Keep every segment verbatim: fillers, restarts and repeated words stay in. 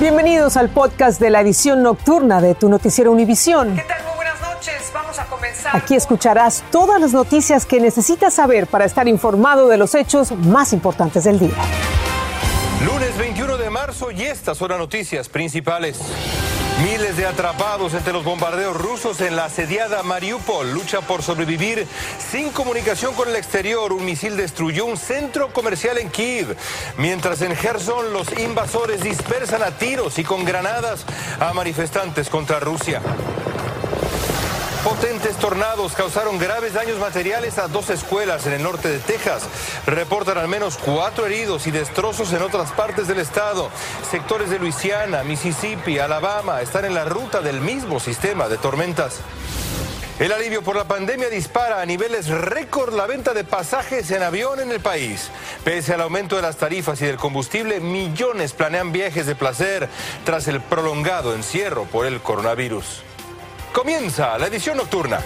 Bienvenidos al podcast de la edición nocturna de tu noticiero Univisión. ¿Qué tal? Muy buenas noches. Vamos a comenzar. Aquí escucharás todas las noticias que necesitas saber para estar informado de los hechos más importantes del día. Lunes veintiuno de marzo y estas son las noticias principales. Miles de atrapados entre los bombardeos rusos en la asediada Mariupol. Lucha por sobrevivir sin comunicación con el exterior. Un misil destruyó un centro comercial en Kiev. Mientras en Gerson los invasores dispersan a tiros y con granadas a manifestantes contra Rusia. Potentes tornados causaron graves daños materiales a dos escuelas en el norte de Texas. Reportan al menos cuatro heridos y destrozos en otras partes del estado. Sectores de Luisiana, Mississippi, Alabama están en la ruta del mismo sistema de tormentas. El alivio por la pandemia dispara a niveles récord la venta de pasajes en avión en el país. Pese al aumento de las tarifas y del combustible, millones planean viajes de placer tras el prolongado encierro por el coronavirus. Comienza la edición nocturna.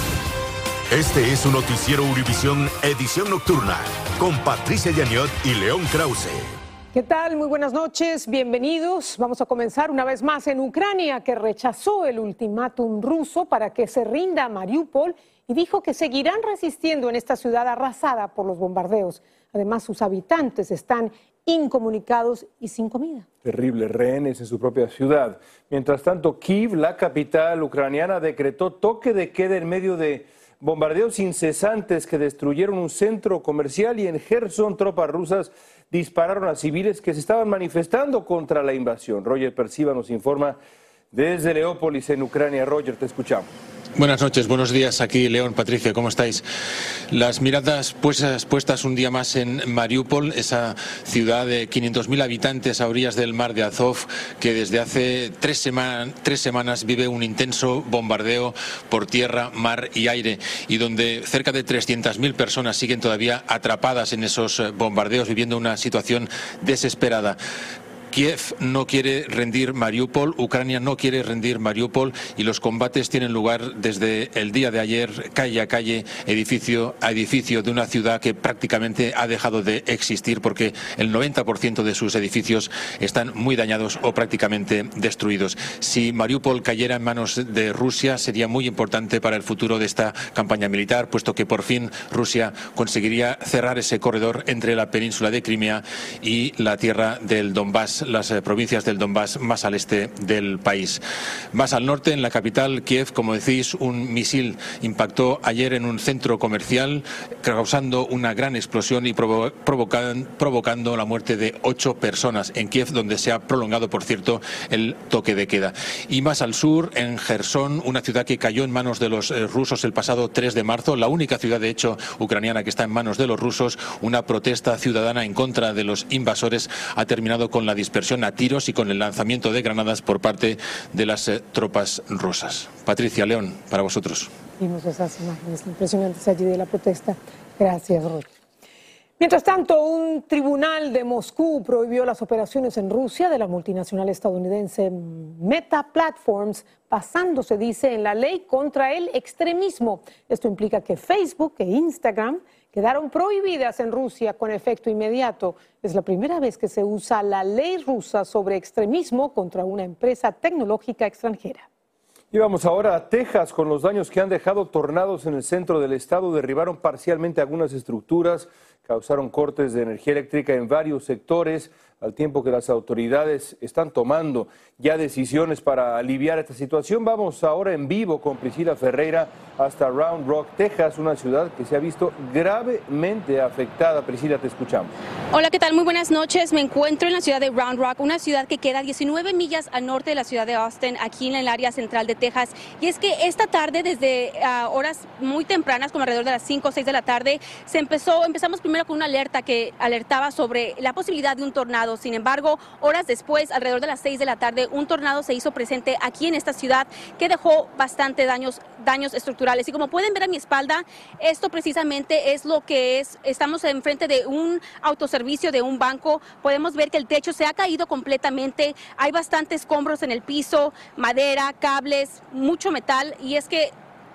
Este es su noticiero Univisión Edición Nocturna, con Patricia Yaniot y León Krause. ¿Qué tal? Muy buenas noches, bienvenidos. Vamos a comenzar una vez más en Ucrania, que rechazó el ultimátum ruso para que se rinda a Mariupol y dijo que seguirán resistiendo en esta ciudad arrasada por los bombardeos. Además, sus habitantes están incomunicados y sin comida. Terribles rehenes en su propia ciudad. Mientras tanto, Kiev, la capital ucraniana, decretó toque de queda en medio de bombardeos incesantes que destruyeron un centro comercial, y en Gerson tropas rusas dispararon a civiles que se estaban manifestando contra la invasión. Roger Perciba nos informa desde Leópolis, en Ucrania. Roger, te escuchamos. Buenas noches, buenos días. Aquí León, Patricia, ¿cómo estáis? Las miradas puestas, puestas un día más en Mariupol, esa ciudad de quinientos mil habitantes a orillas del mar de Azov, que desde hace tres, sema- tres semanas vive un intenso bombardeo por tierra, mar y aire, y donde cerca de trescientas mil personas siguen todavía atrapadas en esos bombardeos, viviendo una situación desesperada. Kiev no quiere rendir Mariupol, Ucrania no quiere rendir Mariupol, y los combates tienen lugar desde el día de ayer, calle a calle, edificio a edificio de una ciudad que prácticamente ha dejado de existir porque el noventa por ciento de sus edificios están muy dañados o prácticamente destruidos. Si Mariupol cayera en manos de Rusia, sería muy importante para el futuro de esta campaña militar, puesto que por fin Rusia conseguiría cerrar ese corredor entre la península de Crimea y la tierra del Donbass, las eh, provincias del Donbass más al este del país. Más al norte, en la capital, Kiev, como decís, un misil impactó ayer en un centro comercial, causando una gran explosión y provo provocan provocando la muerte de ocho personas en Kiev, donde se ha prolongado, por cierto, el toque de queda. Y más al sur, en Gerson, una ciudad que cayó en manos de los eh, rusos el pasado tres de marzo, la única ciudad, de hecho, ucraniana que está en manos de los rusos. Una protesta ciudadana en contra de los invasores ha terminado con la dispersión a tiros y con el lanzamiento de granadas por parte de las eh, tropas rusas. Patricia, León, para vosotros. Vimos esas imágenes impresionantes allí de la protesta. Gracias, Roger. Mientras tanto, un tribunal de Moscú prohibió las operaciones en Rusia de la multinacional estadounidense Meta Platforms, basándose, dice, en la ley contra el extremismo. Esto implica que Facebook e Instagram quedaron prohibidas en Rusia con efecto inmediato. Es la primera vez que se usa la ley rusa sobre extremismo contra una empresa tecnológica extranjera. Y vamos ahora a Texas, con los daños que han dejado tornados en el centro del estado. Derribaron parcialmente algunas estructuras, causaron cortes de energía eléctrica en varios sectores, al tiempo que las autoridades están tomando ya decisiones para aliviar esta situación. Vamos ahora en vivo con Priscila Ferreira hasta Round Rock, Texas, una ciudad que se ha visto gravemente afectada. Priscila, te escuchamos. Hola, ¿qué tal? Muy buenas noches. Me encuentro en la ciudad de Round Rock, una ciudad que queda diecinueve millas al norte de la ciudad de Austin, aquí en el área central de Texas. Y es que esta tarde, desde uh, horas muy tempranas, como alrededor de las cinco o seis de la tarde, se empezó, empezamos primero con una alerta que alertaba sobre la posibilidad de un tornado. Sin embargo, horas después, alrededor de las seis de la tarde, un tornado se hizo presente aquí en esta ciudad que dejó bastante daños, daños estructurales. Y como pueden ver a mi espalda, esto precisamente es lo que es. Estamos enfrente de un autoservicio de un banco. Podemos ver que el techo se ha caído completamente. Hay bastantes escombros en el piso, madera, cables, mucho metal. Y es que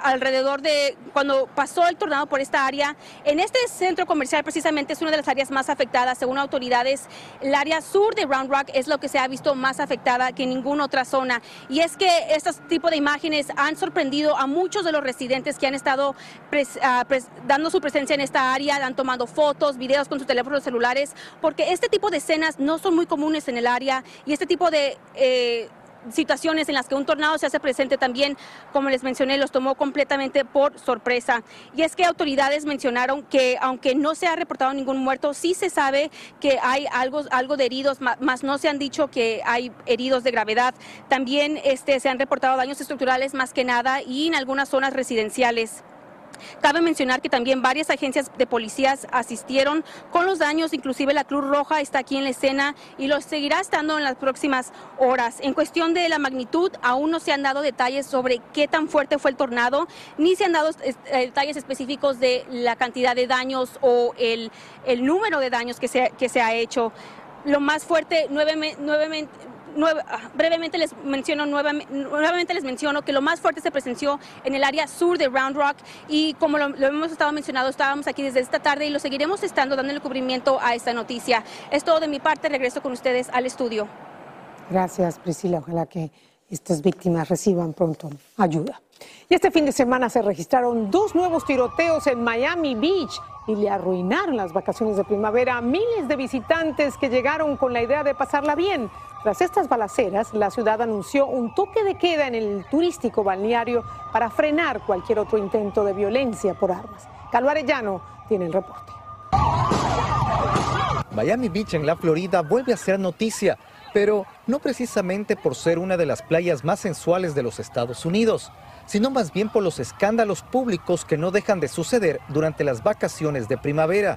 alrededor de cuando pasó el tornado por esta área. En este centro comercial precisamente es una de las áreas más afectadas. Según autoridades, el área sur de Round Rock es lo que se ha visto más afectada que ninguna otra zona. Y es que estos tipos de imágenes han sorprendido a muchos de los residentes que han estado pres, uh, pres, dando su presencia en esta área, han tomado fotos, videos con sus teléfonos celulares, porque este tipo de escenas no son muy comunes en el área y este tipo de eh, situaciones en las que un tornado se hace presente también, como les mencioné, los tomó completamente por sorpresa. Y es que autoridades mencionaron que aunque no se ha reportado ningún muerto, sí se sabe que hay algo, algo de heridos, más no se han dicho que hay heridos de gravedad. También este, se han reportado daños estructurales más que nada y en algunas zonas residenciales. Cabe mencionar que también varias agencias de policías asistieron con los daños, inclusive la Cruz Roja está aquí en la escena y lo seguirá estando en las próximas horas. En cuestión de la magnitud, aún no se han dado detalles sobre qué tan fuerte fue el tornado, ni se han dado detalles específicos de la cantidad de daños o el, el número de daños que se, que se ha hecho. Lo más fuerte, nuevamente, nuevamente Nueve, brevemente les menciono nuevamente, nuevamente les menciono que lo más fuerte se presenció en el área sur de Round Rock y como lo, lo hemos estado mencionando, estábamos aquí desde esta tarde y lo seguiremos estando dando el cubrimiento a esta noticia. Es todo de mi parte, regreso con ustedes al estudio. Gracias, Priscila, ojalá que estas víctimas reciban pronto ayuda. Y este fin de semana se registraron dos nuevos tiroteos en Miami Beach y le arruinaron las vacaciones de primavera a miles de visitantes que llegaron con la idea de pasarla bien. Tras estas balaceras, la ciudad anunció un toque de queda en el turístico balneario para frenar cualquier otro intento de violencia por armas. Calvo Arellano tiene el reporte. Miami Beach en la Florida vuelve a ser noticia, pero no precisamente por ser una de las playas más sensuales de los Estados Unidos, sino más bien por los escándalos públicos que no dejan de suceder durante las vacaciones de primavera.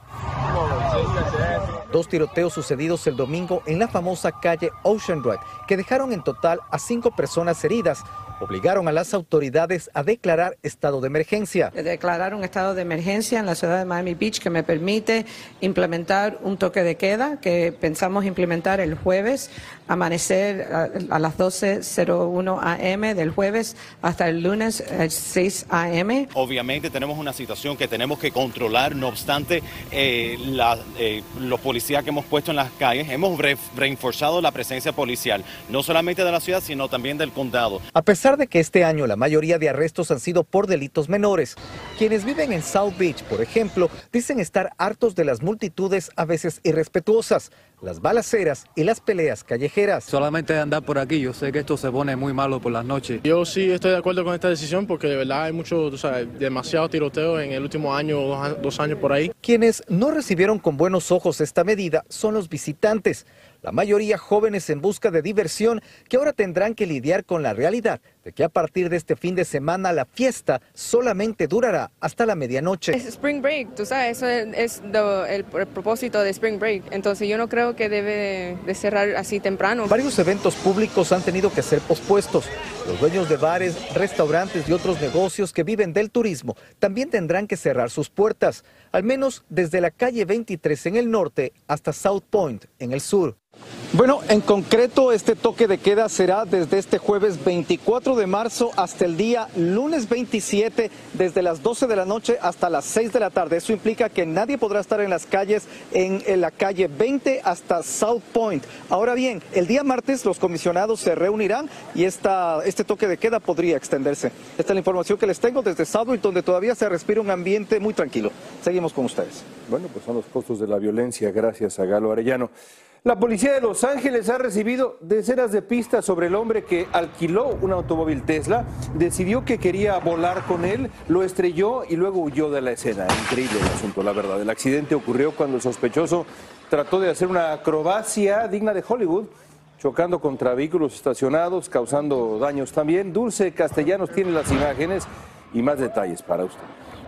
Dos tiroteos sucedidos el domingo en la famosa calle Ocean Drive, que dejaron en total a cinco personas heridas, obligaron a las autoridades a declarar estado de emergencia. Declarar un estado de emergencia en la ciudad de Miami Beach que me permite implementar un toque de queda que pensamos implementar el jueves, amanecer a, a las doce cero uno a eme del jueves hasta el lunes seis a eme. Obviamente tenemos una situación que tenemos que controlar, no obstante, eh, la, eh, los policías que hemos puesto en las calles, hemos re reforzado la presencia policial, no solamente de la ciudad, sino también del condado. A pesar de que este año la mayoría de arrestos han sido por delitos menores, quienes viven en South Beach, por ejemplo, dicen estar hartos de las multitudes a veces irrespetuosas, las balaceras y las peleas callejeras. Solamente de andar por aquí, yo sé que esto se pone muy malo por las noches. Yo sí estoy de acuerdo con esta decisión porque de verdad hay mucho, tú sabes, demasiado tiroteo en el último año o dos, dos años por ahí. Quienes no recibieron con buenos ojos esta medida son los visitantes, la mayoría jóvenes en busca de diversión que ahora tendrán que lidiar con la realidad de que a partir de este fin de semana la fiesta solamente durará hasta la medianoche. Es Spring Break, tú sabes, eso es, es do, el, el propósito de Spring Break, entonces yo no creo que debe de cerrar así temprano. Varios eventos públicos han tenido que ser pospuestos. Los dueños de bares, restaurantes y otros negocios que viven del turismo también tendrán que cerrar sus puertas, al menos desde la calle veintitrés en el norte hasta South Point en el sur. Bueno, en concreto este toque de queda será desde este jueves veinticuatro de marzo hasta el día lunes veintisiete, desde las doce de la noche hasta las seis de la tarde. Eso implica que nadie podrá estar en las calles en, en la calle veinte hasta South Point. Ahora bien, el día martes los comisionados se reunirán y esta, este toque de queda podría extenderse. Esta es la información que les tengo desde Southwick, donde todavía se respira un ambiente muy tranquilo. Seguimos con ustedes. Bueno, pues son los costos de la violencia, gracias a Galo Arellano. La policía de Los Ángeles ha recibido decenas de pistas sobre el hombre que alquiló un automóvil Tesla, decidió que quería volar con él, lo estrelló y luego huyó de la escena. Increíble el asunto, la verdad. El accidente ocurrió cuando el sospechoso trató de hacer una acrobacia digna de Hollywood, chocando contra vehículos estacionados, causando daños también. Dulce Castellanos tiene las imágenes y más detalles para usted.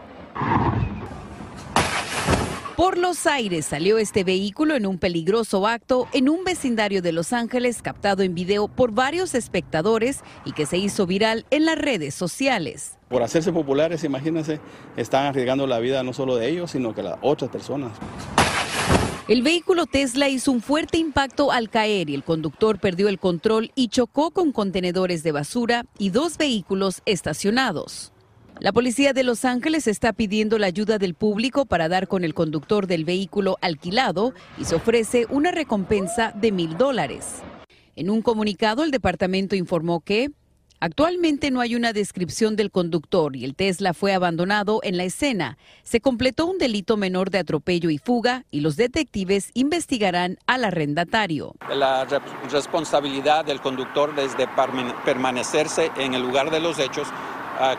Por los aires salió este vehículo en un peligroso acto en un vecindario de Los Ángeles, captado en video por varios espectadores y que se hizo viral en las redes sociales. Por hacerse populares, imagínense, están arriesgando la vida no solo de ellos, sino que las otras personas. El vehículo Tesla hizo un fuerte impacto al caer y el conductor perdió el control y chocó con contenedores de basura y dos vehículos estacionados. La policía de Los Ángeles está pidiendo la ayuda del público para dar con el conductor del vehículo alquilado y se ofrece una recompensa de mil dólares. En un comunicado, el departamento informó que actualmente no hay una descripción del conductor y el Tesla fue abandonado en la escena. Se completó un delito menor de atropello y fuga y los detectives investigarán al arrendatario. La re- responsabilidad del conductor es de permanecerse en el lugar de los hechos, a,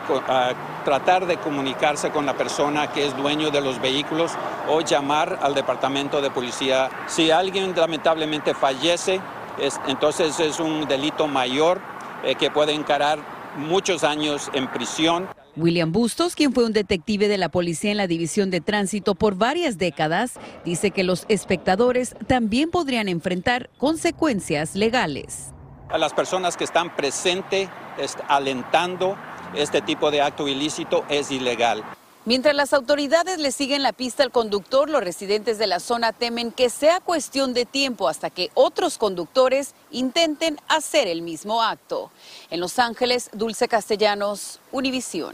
a tratar de comunicarse con la persona que es dueño de los vehículos o llamar al departamento de policía. Si alguien lamentablemente fallece, es, entonces es un delito mayor eh, que puede encarar muchos años en prisión. William Bustos, quien fue un detective de la policía en la División de Tránsito por varias décadas, dice que los espectadores también podrían enfrentar consecuencias legales. A las personas que están presentes alentando este tipo de acto ilícito es ilegal. Mientras las autoridades le siguen la pista al conductor, los residentes de la zona temen que sea cuestión de tiempo hasta que otros conductores intenten hacer el mismo acto. En Los Ángeles, Dulce Castellanos, Univisión.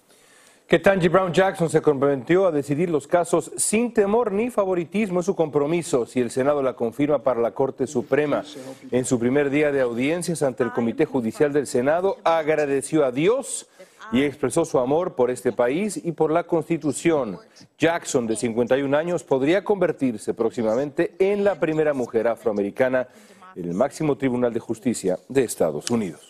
Ketanji Brown Jackson se comprometió a decidir los casos sin temor ni favoritismo. Es su compromiso si el Senado la confirma para la Corte Suprema. En su primer día de audiencias ante el Comité Judicial del Senado, agradeció a Dios y expresó su amor por este país y por la Constitución. Jackson, de cincuenta y un años, podría convertirse próximamente en la primera mujer afroamericana en el máximo tribunal de justicia de Estados Unidos.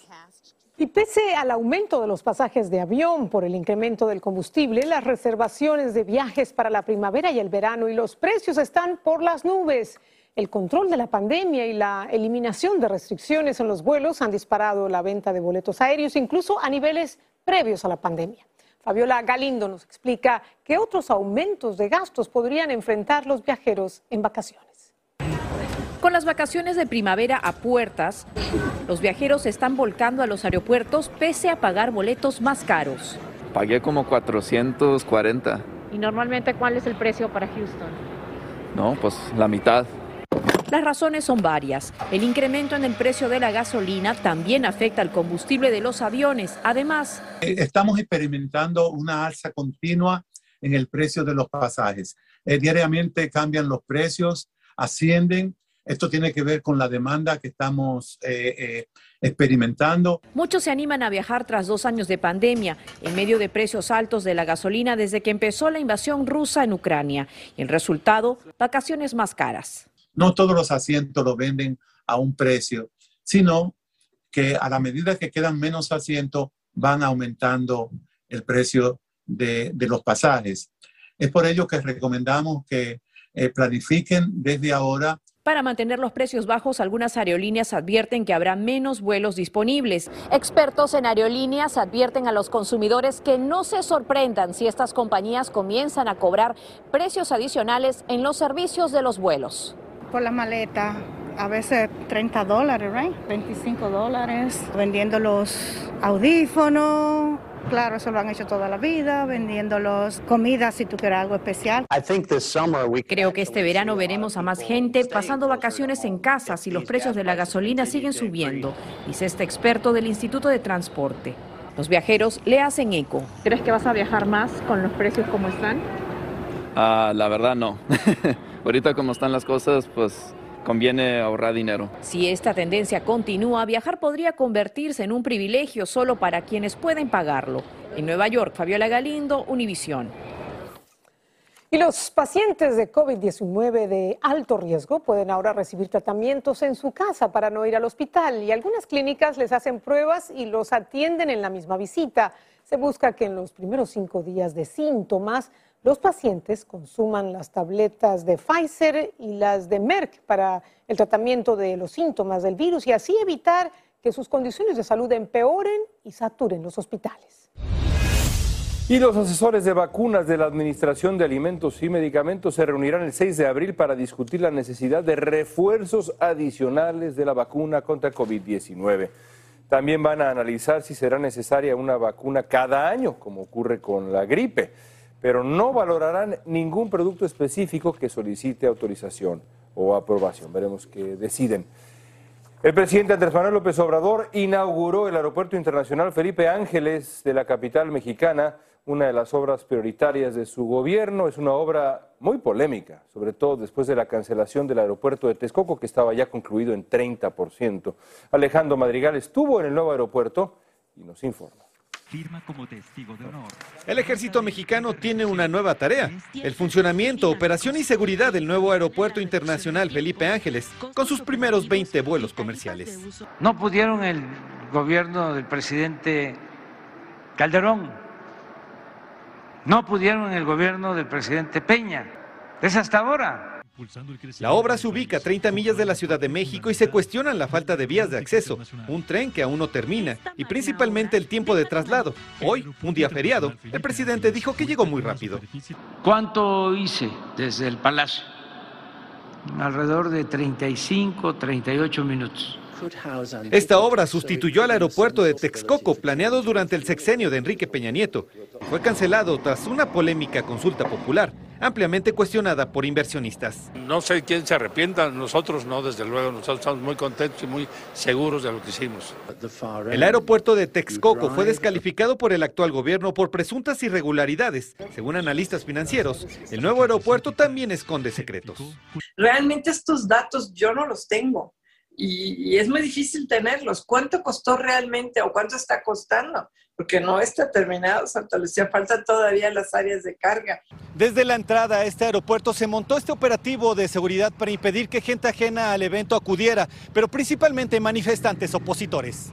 Y pese al aumento de los pasajes de avión por el incremento del combustible, las reservaciones de viajes para la primavera y el verano y los precios están por las nubes. El control de la pandemia y la eliminación de restricciones en los vuelos han disparado la venta de boletos aéreos, incluso a niveles previos a la pandemia. Fabiola Galindo nos explica qué otros aumentos de gastos podrían enfrentar los viajeros en vacaciones. Con las vacaciones de primavera a puertas, los viajeros se están volcando a los aeropuertos pese a pagar boletos más caros. Pagué como cuatrocientos cuarenta. ¿Y normalmente cuál es el precio para Houston? No, pues la mitad. Las razones son varias. El incremento en el precio de la gasolina también afecta al combustible de los aviones. Además, estamos experimentando una alza continua en el precio de los pasajes. Eh, diariamente cambian los precios, ascienden. Esto tiene que ver con la demanda que estamos eh, eh, experimentando. Muchos se animan a viajar tras dos años de pandemia, en medio de precios altos de la gasolina desde que empezó la invasión rusa en Ucrania. Y el resultado, vacaciones más caras. No todos los asientos los venden a un precio, sino que a la medida que quedan menos asientos van aumentando el precio de, de los pasajes. Es por ello que recomendamos que eh, planifiquen desde ahora. Para mantener los precios bajos, algunas aerolíneas advierten que habrá menos vuelos disponibles. Expertos en aerolíneas advierten a los consumidores que no se sorprendan si estas compañías comienzan a cobrar precios adicionales en los servicios de los vuelos. Por la maleta, a veces treinta dólares, right? veinticinco dólares, vendiendo los audífonos. Claro, eso lo han hecho toda la vida, vendiéndolos comidas si tú quieres algo especial. Creo que este verano veremos a más gente pasando vacaciones en casa si los precios de la gasolina siguen subiendo, dice este experto del Instituto de Transporte. Los viajeros le hacen eco. ¿Crees que vas a viajar más con los precios como están? Uh, la verdad no. Ahorita como están las cosas, pues conviene ahorrar dinero. Si esta tendencia continúa, viajar podría convertirse en un privilegio solo para quienes pueden pagarlo. En Nueva York, Fabiola Galindo, Univisión. Y los pacientes de COVID diecinueve de alto riesgo pueden ahora recibir tratamientos en su casa para no ir al hospital. Y algunas clínicas les hacen pruebas y los atienden en la misma visita. Se busca que en los primeros cinco días de síntomas los pacientes consuman las tabletas de Pfizer y las de Merck para el tratamiento de los síntomas del virus y así evitar que sus condiciones de salud empeoren y saturen los hospitales. Y los asesores de vacunas de la Administración de Alimentos y Medicamentos se reunirán el seis de abril para discutir la necesidad de refuerzos adicionales de la vacuna contra COVID diecinueve. También van a analizar si será necesaria una vacuna cada año, como ocurre con la gripe, pero no valorarán ningún producto específico que solicite autorización o aprobación. Veremos qué deciden. El presidente Andrés Manuel López Obrador inauguró el Aeropuerto Internacional Felipe Ángeles de la capital mexicana, una de las obras prioritarias de su gobierno. Es una obra muy polémica, sobre todo después de la cancelación del aeropuerto de Texcoco, que estaba ya concluido en treinta por ciento. Alejandro Madrigal estuvo en el nuevo aeropuerto y nos informa. Firma como testigo de honor. El ejército mexicano tiene una nueva tarea, el funcionamiento, operación y seguridad del nuevo Aeropuerto Internacional Felipe Ángeles, con sus primeros veinte vuelos comerciales. No pudieron el gobierno del presidente Calderón, no pudieron el gobierno del presidente Peña, es hasta ahora. La obra se ubica a treinta millas de la Ciudad de México y se cuestionan la falta de vías de acceso, un tren que aún no termina y principalmente el tiempo de traslado. Hoy, un día feriado, el presidente dijo que llegó muy rápido. ¿Cuánto hice desde el Palacio? Alrededor de treinta y cinco, treinta y ocho minutos. Esta obra sustituyó al aeropuerto de Texcoco, planeado durante el sexenio de Enrique Peña Nieto. Fue cancelado tras una polémica consulta popular, ampliamente cuestionada por inversionistas. No sé quién se arrepienta, nosotros no, desde luego, nosotros estamos muy contentos y muy seguros de lo que hicimos. El aeropuerto de Texcoco fue descalificado por el actual gobierno por presuntas irregularidades. Según analistas financieros, el nuevo aeropuerto también esconde secretos. Realmente estos datos yo no los tengo. Y, y es muy difícil tenerlos. ¿Cuánto costó realmente o cuánto está costando? Porque no está terminado, Santa Lucía, faltan todavía las áreas de carga. Desde la entrada a este aeropuerto se montó este operativo de seguridad para impedir que gente ajena al evento acudiera, pero principalmente manifestantes opositores.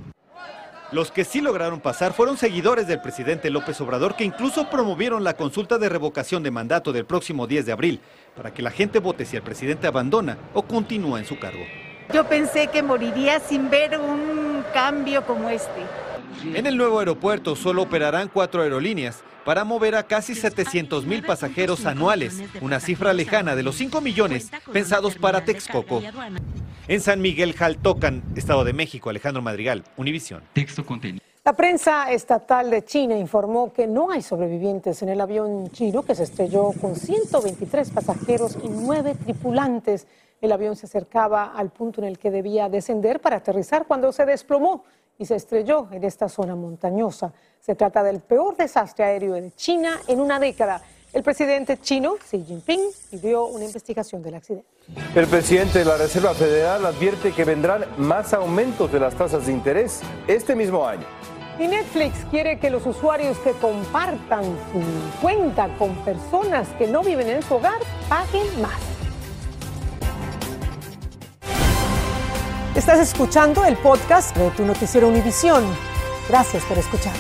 Los que sí lograron pasar fueron seguidores del presidente López Obrador, que incluso promovieron la consulta de revocación de mandato del próximo diez de abril, para que la gente vote si el presidente abandona o continúa en su cargo. Yo pensé que moriría sin ver un cambio como este. En el nuevo aeropuerto solo operarán cuatro aerolíneas para mover a casi setecientos mil pasajeros anuales, una cifra lejana de los cinco millones pensados para Texcoco. En San Miguel Jaltocan, Estado de México, Alejandro Madrigal, Univisión. Texto contenido. La prensa estatal de China informó que no hay sobrevivientes en el avión chino que se estrelló con ciento veintitrés pasajeros y nueve tripulantes. El avión se acercaba al punto en el que debía descender para aterrizar cuando se desplomó y se estrelló en esta zona montañosa. Se trata del peor desastre aéreo de China en una década. El presidente chino, Xi Jinping, pidió una investigación del accidente. El presidente de la Reserva Federal advierte que vendrán más aumentos de las tasas de interés este mismo año. Y Netflix quiere que los usuarios que compartan su cuenta con personas que no viven en su hogar paguen más. Estás escuchando el podcast de tu noticiero Univisión. Gracias por escuchar.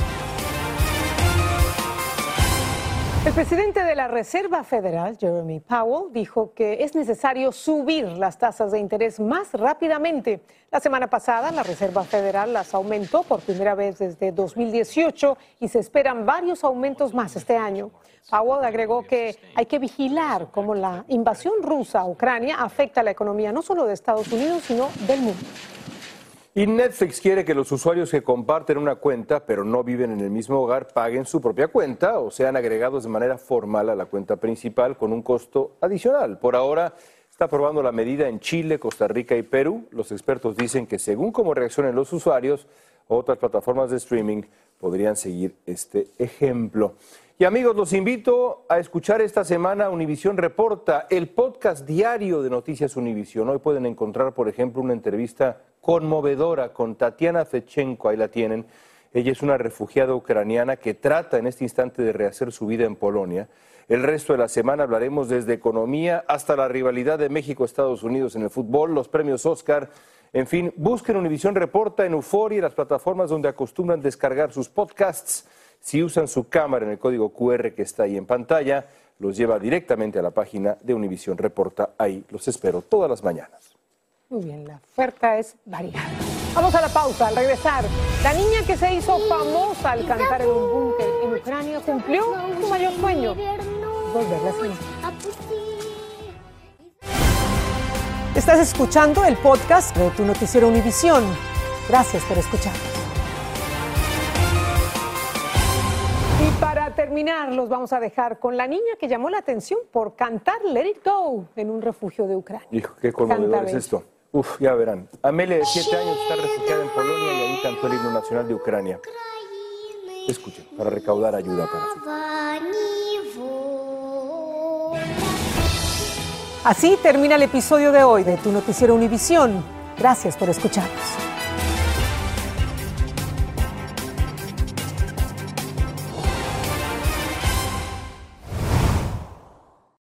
El presidente de la Reserva Federal, Jeremy Powell, dijo que es necesario subir las tasas de interés más rápidamente. La semana pasada, la Reserva Federal las aumentó por primera vez desde dos mil dieciocho y se esperan varios aumentos más este año. Powell agregó que hay que vigilar cómo la invasión rusa a Ucrania afecta a la economía no solo de Estados Unidos, sino del mundo. Y Netflix quiere que los usuarios que comparten una cuenta, pero no viven en el mismo hogar, paguen su propia cuenta o sean agregados de manera formal a la cuenta principal con un costo adicional. Por ahora, está probando la medida en Chile, Costa Rica y Perú. Los expertos dicen que según cómo reaccionen los usuarios, otras plataformas de streaming podrían seguir este ejemplo. Y amigos, los invito a escuchar esta semana Univisión Reporta, el podcast diario de Noticias Univisión. Hoy pueden encontrar, por ejemplo, una entrevista conmovedora con Tatiana Fechenko, ahí la tienen. Ella es una refugiada ucraniana que trata en este instante de rehacer su vida en Polonia. El resto de la semana hablaremos desde economía hasta la rivalidad de México-Estados Unidos en el fútbol, los premios Oscar. En fin, busquen Univisión Reporta en Euforia y las plataformas donde acostumbran descargar sus podcasts. Si usan su cámara en el código cu erre que está ahí en pantalla, los lleva directamente a la página de Univisión Reporta. Ahí los espero todas las mañanas. Muy bien, la oferta es variada. Vamos a la pausa. Al regresar, la niña que se hizo famosa al cantar en un búnker en Ucrania cumplió su mayor sueño: volver a cine. Estás escuchando el podcast de tu noticiero Univisión. Gracias por escuchar. Y para terminar, los vamos a dejar con la niña que llamó la atención por cantar Let It Go en un refugio de Ucrania. Hijo, qué conmovedor es esto. Uf, ya verán. Amelia, de siete años, está refugiada en Polonia y ahí cantó el himno nacional de Ucrania. Escuchen, para recaudar ayuda para su... Así termina el episodio de hoy de Tu Noticiero Univisión. Gracias por escucharnos.